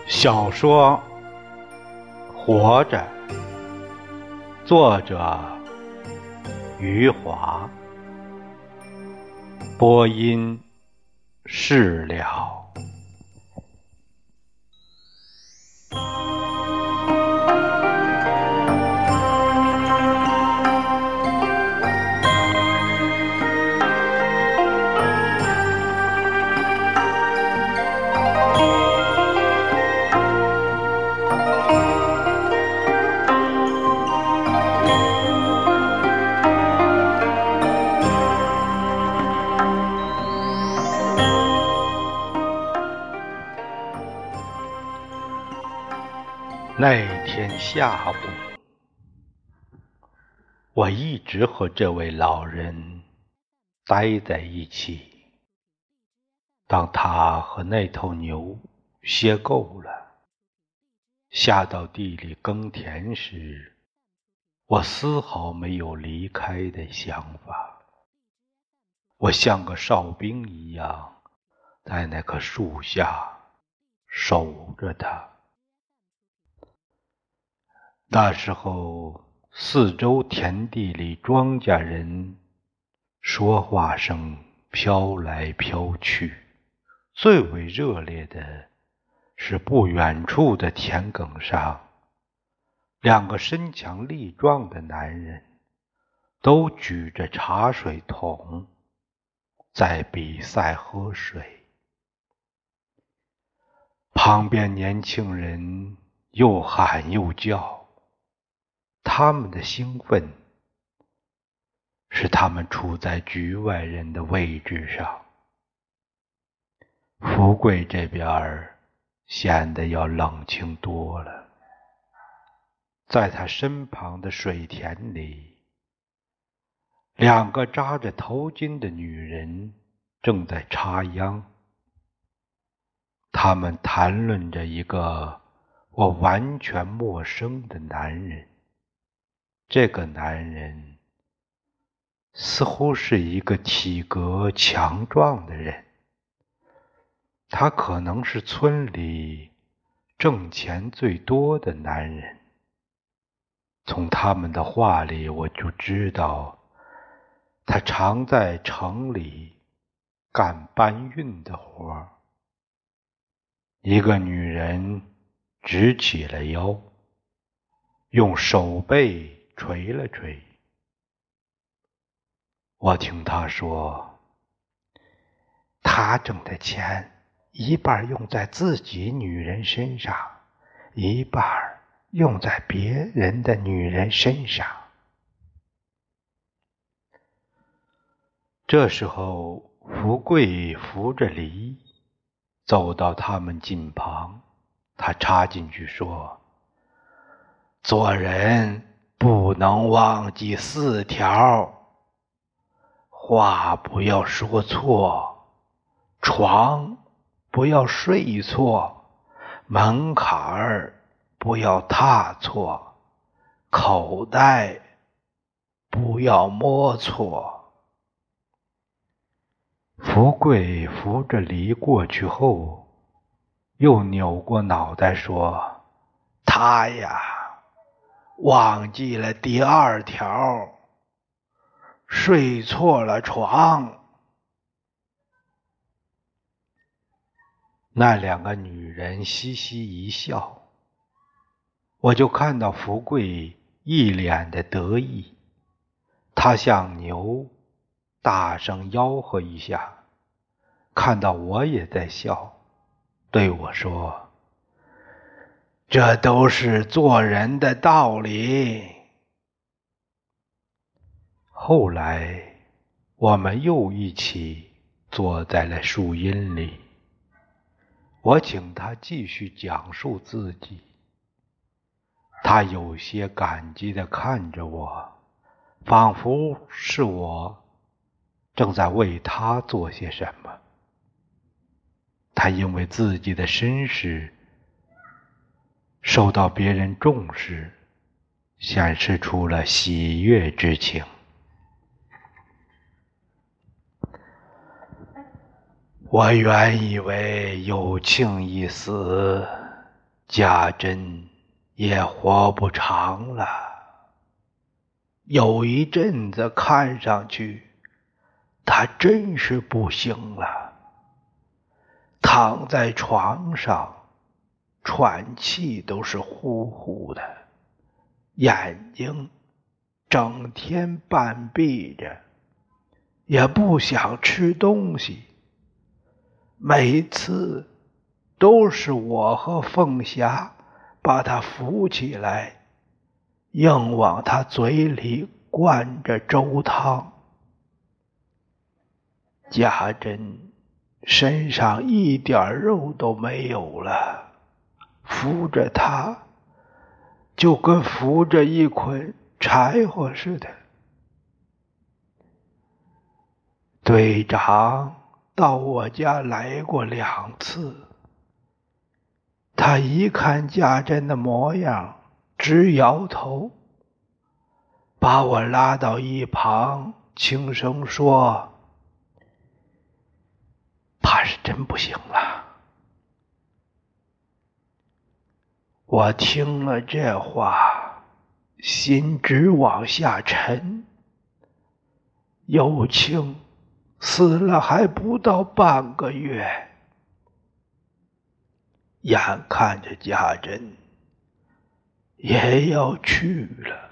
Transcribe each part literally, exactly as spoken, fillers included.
小说《活着》，作者余华，播音释了。那天下午，我一直和这位老人待在一起。当他和那头牛歇够了，下到地里耕田时，我丝毫没有离开的想法。我像个哨兵一样，在那棵树下守着他。那时候，四周田地里庄稼人说话声飘来飘去，最为热烈的是不远处的田埂上，两个身强力壮的男人都举着茶水桶在比赛喝水。旁边年轻人又喊又叫，他们的兴奋使他们处在局外人的位置上。福贵这边显得要冷清多了。在他身旁的水田里，两个扎着头巾的女人正在插秧。他们谈论着一个我完全陌生的男人。这个男人似乎是一个体格强壮的人，他可能是村里挣钱最多的男人。从他们的话里我就知道，他常在城里干搬运的活儿。一个女人直起了腰，用手背捶了捶。我听她说，她挣的钱一半用在自己女人身上，一半用在别人的女人身上。这时候，福贵扶着梨走到他们近旁，他插进去说，做人不能忘记四条：话不要说错，床不要睡错，门槛儿不要踏错，口袋不要摸错。福贵扶着梨过去后，又扭过脑袋说，他呀，忘记了第二条，睡错了床。那两个女人嘻嘻一笑，我就看到福贵一脸的得意，他向牛大声吆喝一下，看到我也在笑，对我说，这都是做人的道理。后来我们又一起坐在了树荫里，我请他继续讲述自己。他有些感激地看着我，仿佛是我正在为他做些什么。他因为自己的身世受到别人重视，显示出了喜悦之情。我原以为有庆一死， 家珍也活不长了。有一阵子看上去他真是不行了，躺在床上喘气都是呼呼的，眼睛整天半闭着，也不想吃东西。每次都是我和凤霞把他扶起来，硬往他嘴里灌着粥汤。家珍身上一点肉都没有了，扶着他就跟扶着一捆柴火似的。队长到我家来过两次，他一看家珍的模样，直摇头，把我拉到一旁，轻声说：“怕是真不行了。”我听了这话，心直往下沉。有庆死了还不到半个月，眼看着家珍也要去了，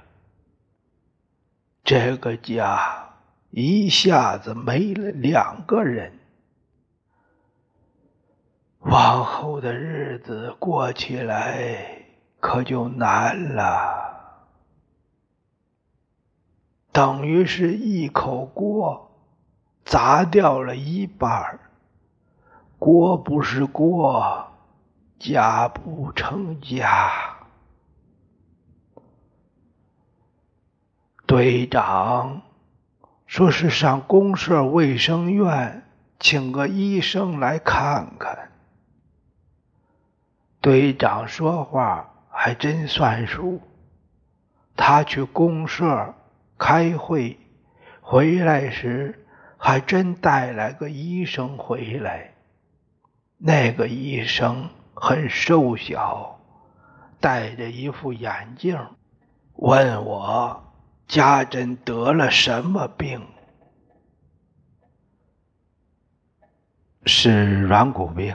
这个家一下子没了两个人，往后的日子过起来可就难了。等于是一口锅砸掉了一半，锅不是锅，家不成家。队长说是上公社卫生院请个医生来看看。队长说话还真算数，他去公社开会回来时还真带来个医生回来。那个医生很瘦小，戴着一副眼镜，问我家珍得了什么病。是软骨病。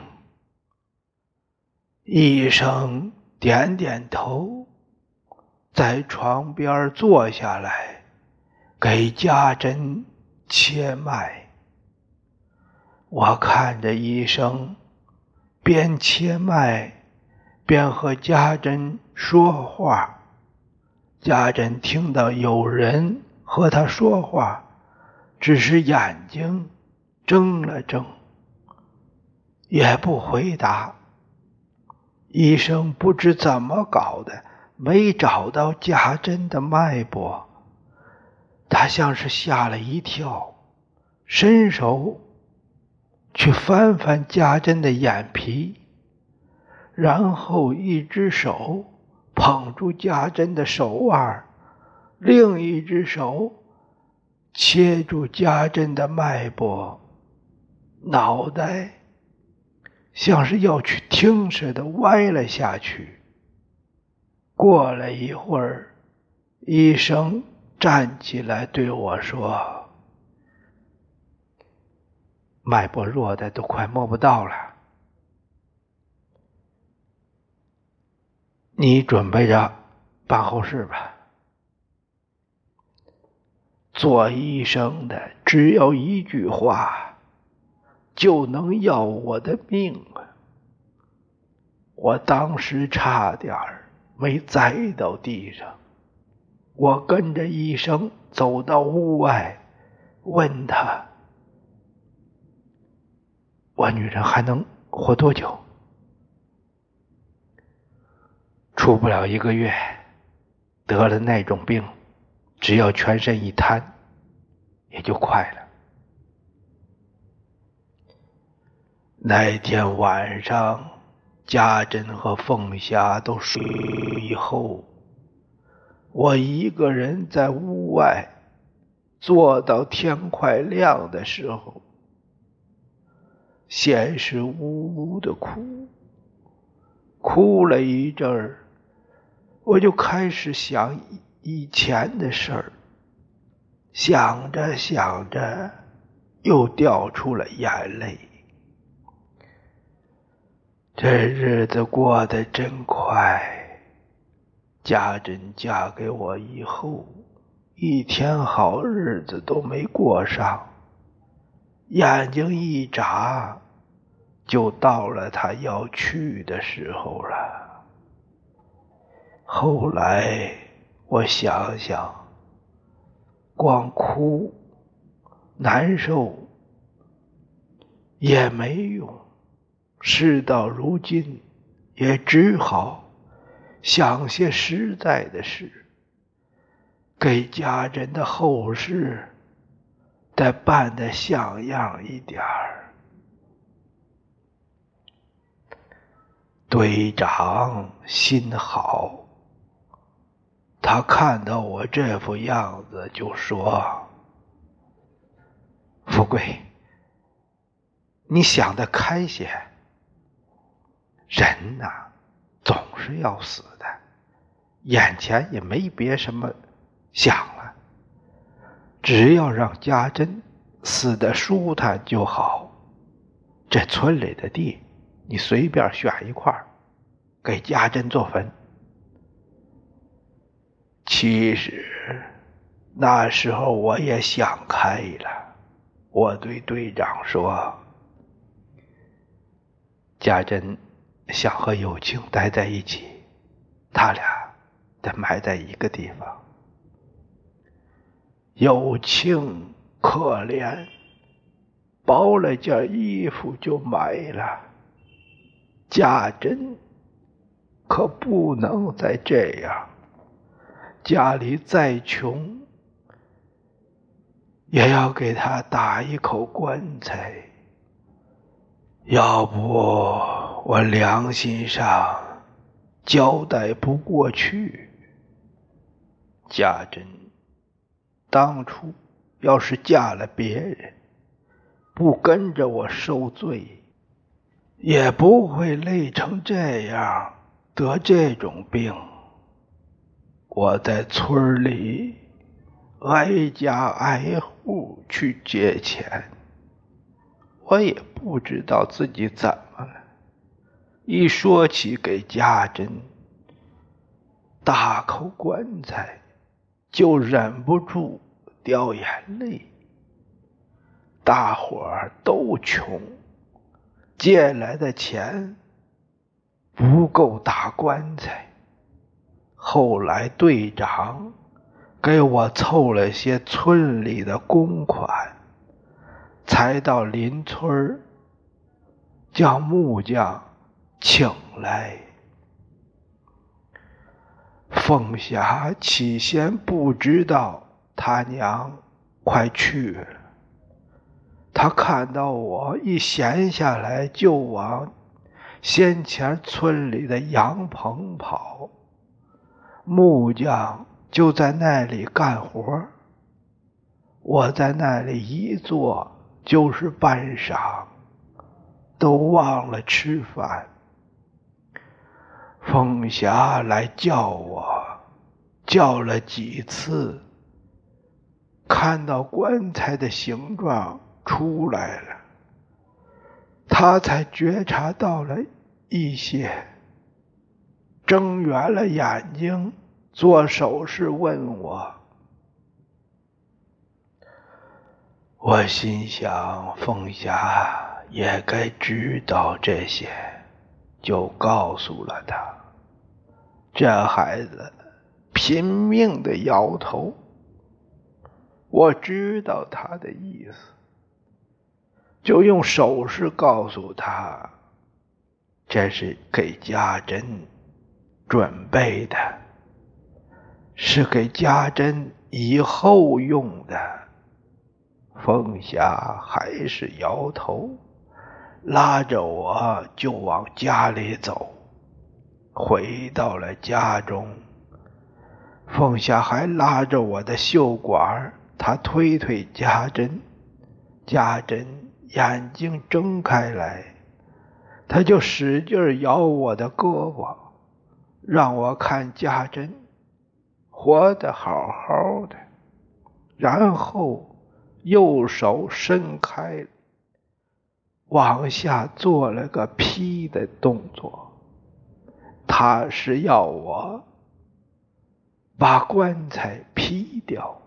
医生点点头，在床边坐下来，给家珍切脉。我看着医生边切脉边和家珍说话，家珍听到有人和他说话，只是眼睛睁了睁，也不回答。医生不知怎么搞的，没找到家珍的脉搏，他像是吓了一跳，伸手去翻翻家珍的眼皮，然后一只手捧住家珍的手腕，另一只手切住家珍的脉搏，脑袋像是要去听似的歪了下去。过了一会儿，医生站起来对我说：“脉搏弱的都快摸不到了，你准备着办后事吧。”做医生的只要一句话就能要我的命啊！我当时差点没栽到地上。我跟着医生走到屋外，问他：“我女人还能活多久？”出不了一个月，得了那种病，只要全身一瘫，也就快了。那天晚上，家珍和凤霞都睡以后，我一个人在屋外坐到天快亮的时候，先是呜呜的哭，哭哭了一阵儿，我就开始想以前的事儿，想着想着又掉出了眼泪。这日子过得真快，家珍嫁给我以后，一天好日子都没过上，眼睛一眨就到了她要去的时候了。后来我想想，光哭难受也没用，事到如今也只好想些实在的事，给家人的后事得办得像样一点儿。队长心好，他看到我这副样子就说：富贵，你想得开些，人呐总是要死的，眼前也没别什么想了，只要让家珍死得舒坦就好。这村里的地你随便选一块，给家珍做坟。其实那时候我也想开了，我对队长说，家珍想和有庆待在一起，他俩得埋在一个地方。有庆可怜，包了件衣服就埋了，家珍可不能再这样，家里再穷也要给他打一口棺材，要不我良心上交代不过去。家珍当初要是嫁了别人，不跟着我受罪，也不会累成这样，得这种病。我在村里挨家挨户去借钱，我也不知道自己怎么了，一说起给家珍打口棺材，就忍不住掉眼泪。大伙儿都穷，借来的钱不够打棺材。后来队长给我凑了些村里的公款，才到邻村将木匠请来。凤霞起先不知道他娘快去了，他看到我一闲下来就往先前村里的羊棚跑，木匠就在那里干活，我在那里一坐就是半晌，都忘了吃饭。凤霞来叫我，叫了几次，看到棺材的形状出来了，他才觉察到了一些，睁圆了眼睛做手势问我。我心想凤霞也该知道这些，就告诉了他。这孩子拼命地摇头，我知道他的意思，就用手势告诉他，这是给家珍准备的，是给家珍以后用的。凤霞还是摇头，拉着我就往家里走。回到了家中，凤霞还拉着我的袖管，她推推家珍，家珍眼睛睁开来， 他就使劲摇我的胳膊，让我看家珍活得好好的，然后右手伸开，往下做了个劈的动作。他是要我把棺材劈掉。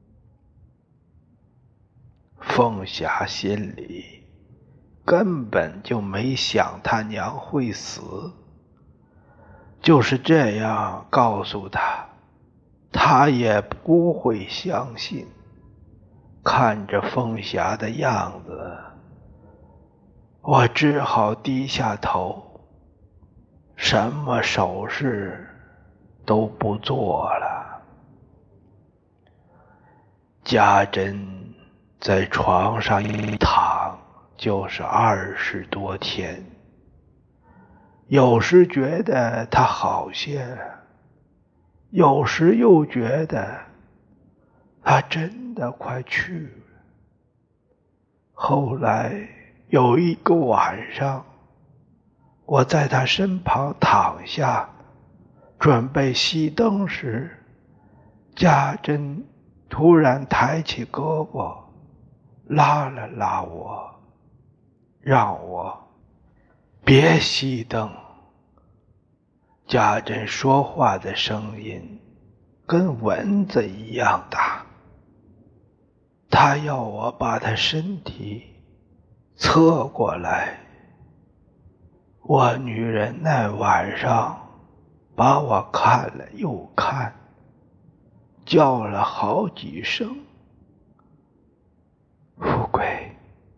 凤霞心里根本就没想他娘会死，就是这样告诉他，他也不会相信。看着凤霞的样子，我只好低下头，什么手势都不做了。家珍在床上一躺就是二十多天，有时觉得他好些了，有时又觉得他真的快去了。后来有一个晚上，我在他身旁躺下，准备熄灯时，家珍突然抬起胳膊，拉了拉我，让我别熄灯。家珍说话的声音跟蚊子一样大，她要我把她身体侧过来。我女人那晚上把我看了又看，叫了好几声富贵，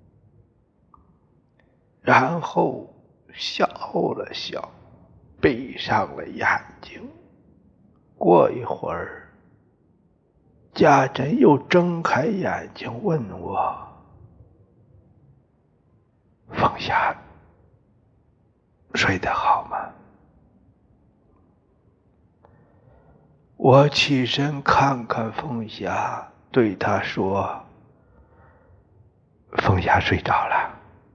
然后笑了笑，闭上了眼睛。过一会儿，家珍又睁开眼睛问我，凤霞睡得好吗？我起身看看凤霞，对她说，凤霞睡着了。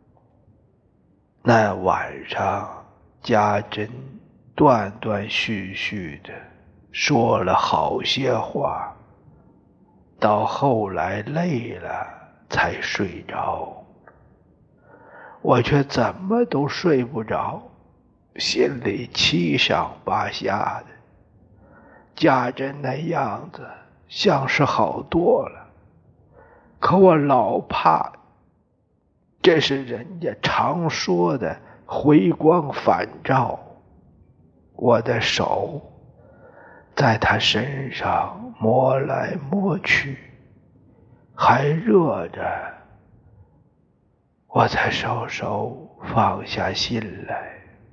那晚上家珍断断续续的说了好些话，到后来累了才睡着。我却怎么都睡不着，心里七上八下的。家珍那样子像是好多了，可我老怕这是人家常说的回光返照。我的手在他身上摸来摸去，还热着，我才稍稍放下心来。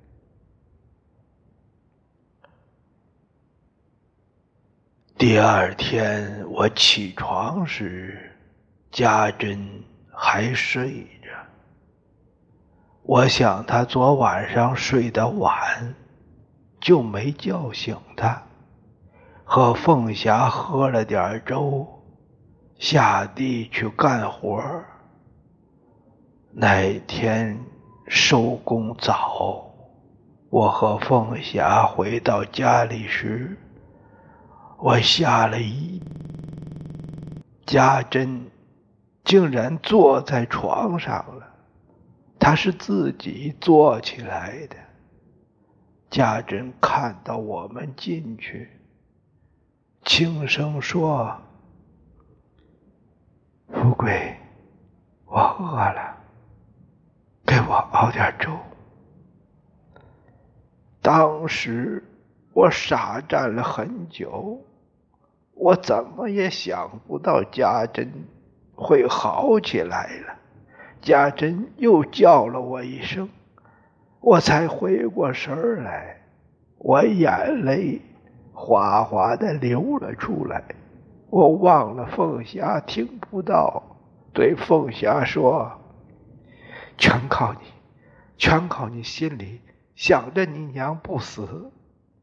第二天我起床时，家珍还睡着。我想她昨晚上睡得晚，就没叫醒她，和凤霞喝了点粥，下地去干活。那天收工早，我和凤霞回到家里时，我吓了一家珍竟然坐在床上了，她是自己坐起来的。家珍看到我们进去，轻声说，富贵，我饿了，给我熬点粥。当时我傻站了很久，我怎么也想不到家珍会好起来了。家珍又叫了我一声，我才回过神来，我眼泪哗哗地流了出来。我忘了凤霞听不到，对凤霞说，全靠你，全靠你心里想着你娘不死。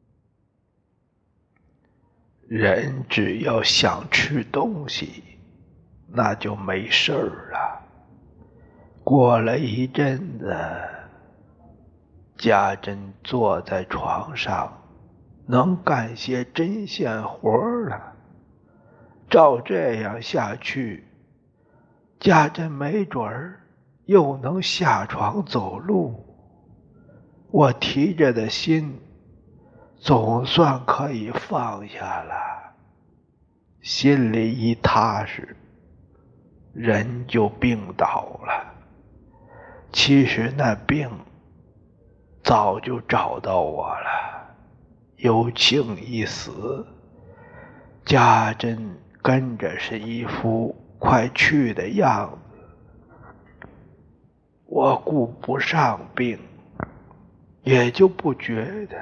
人只要想吃东西，那就没事儿了。过了一阵子， 家珍坐在床上，能干些针线活了。照这样下去，家珍没准儿又能下床走路。我提着的心总算可以放下了，心里一踏实，人就病倒了。其实那病早就找到我了，有庆一死，家珍跟着是一副快去的样子。我顾不上病，也就不觉得。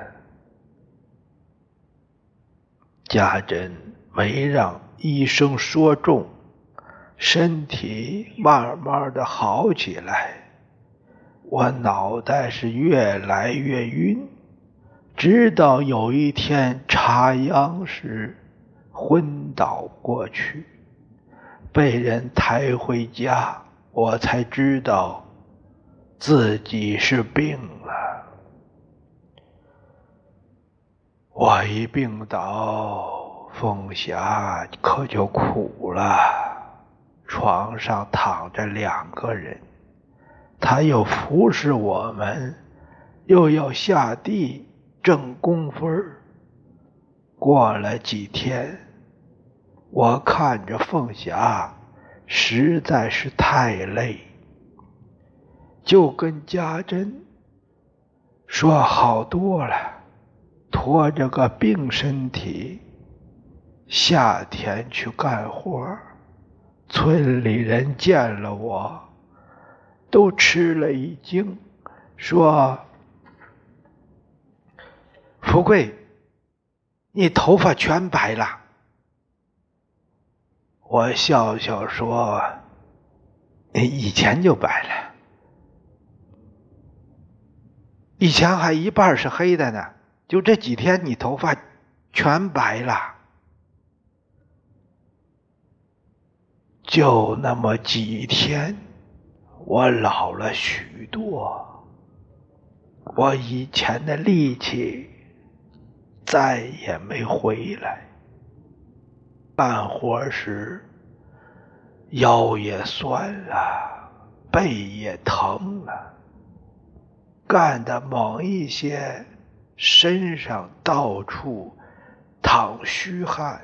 家珍没让医生说中，身体慢慢的好起来。我脑袋是越来越晕，直到有一天插秧时昏倒过去，被人抬回家，我才知道自己是病了。我一病倒，凤霞可就苦了。床上躺着两个人，他又服侍我们，又要下地挣工分。过了几天，我看着凤霞实在是太累，就跟家珍说好多了，拖着个病身体下田去干活。村里人见了我都吃了一惊，说：富贵，你头发全白了。我笑笑说：以前就白了，以前还一半是黑的呢，就这几天你头发全白了。就那么几天，我老了许多，我以前的力气再也没回来。干活时腰也酸了，背也疼了，干得猛一些，身上到处淌虚汗。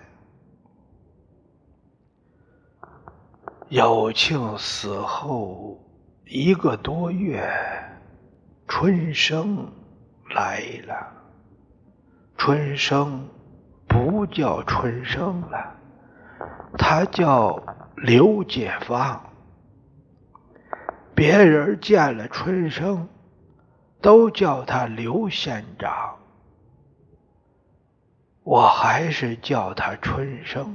有庆死后一个多月，春生来了。春生不叫春生了，他叫刘解放。别人见了春生都叫他刘县长，我还是叫他春生。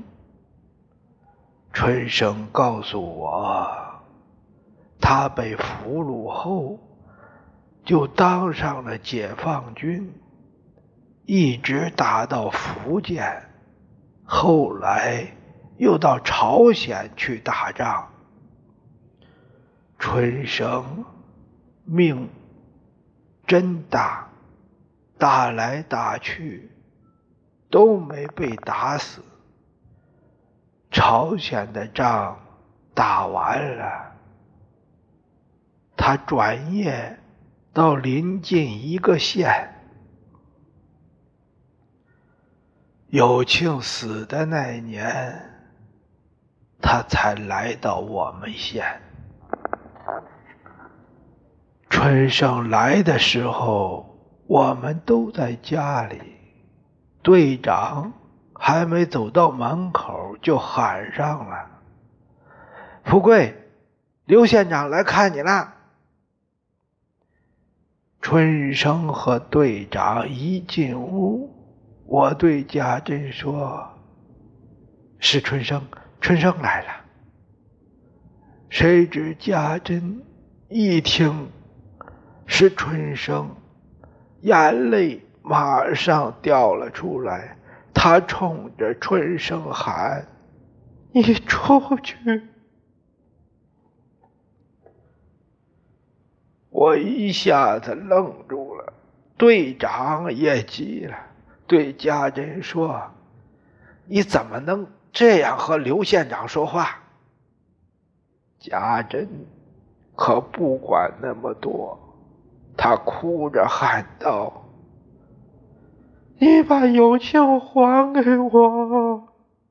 春生告诉我，他被俘虏后就当上了解放军，一直打到福建，后来又到朝鲜去打仗。春生命真大，打来打去都没被打死。朝鲜的仗打完了，他转业到临近一个县。有庆死的那年，他才来到我们县。春生来的时候，我们都在家里，队长还没走到门口就喊上了：富贵，刘县长来看你了。春生和队长一进屋，我对家珍说：是春生，春生来了。谁知家珍一听是春生，眼泪马上掉了出来。他冲着春生喊：你出去！ 我一下子愣住了，队长也急了，对家珍说：“你怎么能这样和刘县长说话？”家珍可不管那么多，他哭着喊道：“你把友情还给我！”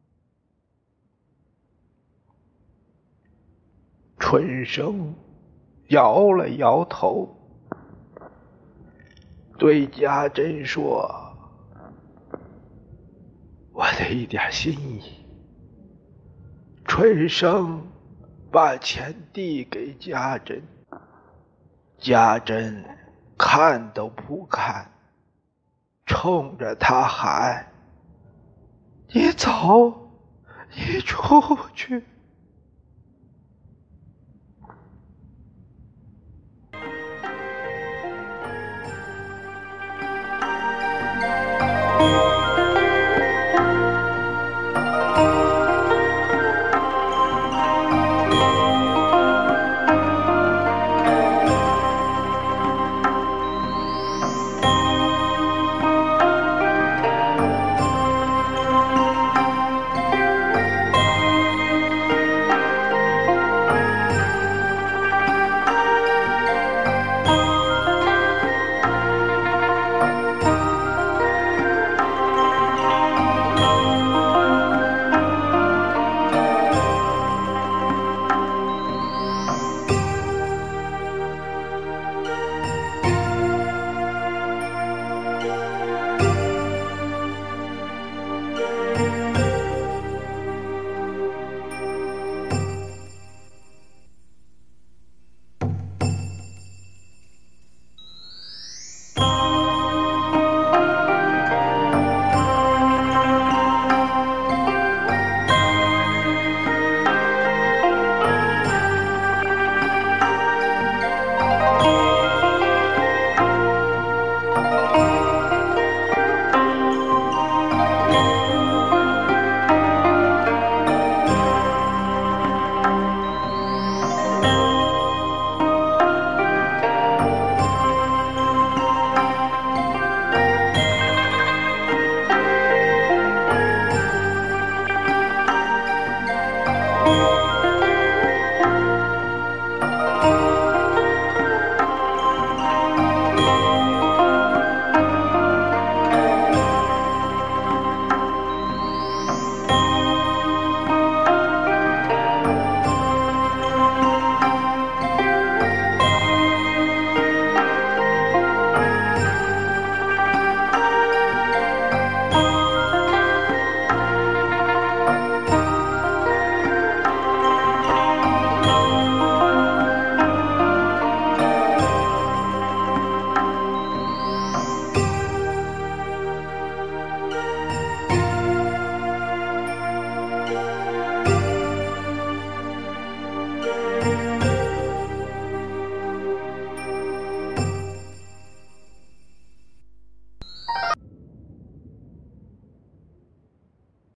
春生摇了摇头，对家珍说：“我的一点心意。”春生把钱递给家珍，家珍看都不看，冲着他喊：“你走，你出去！” Thank you.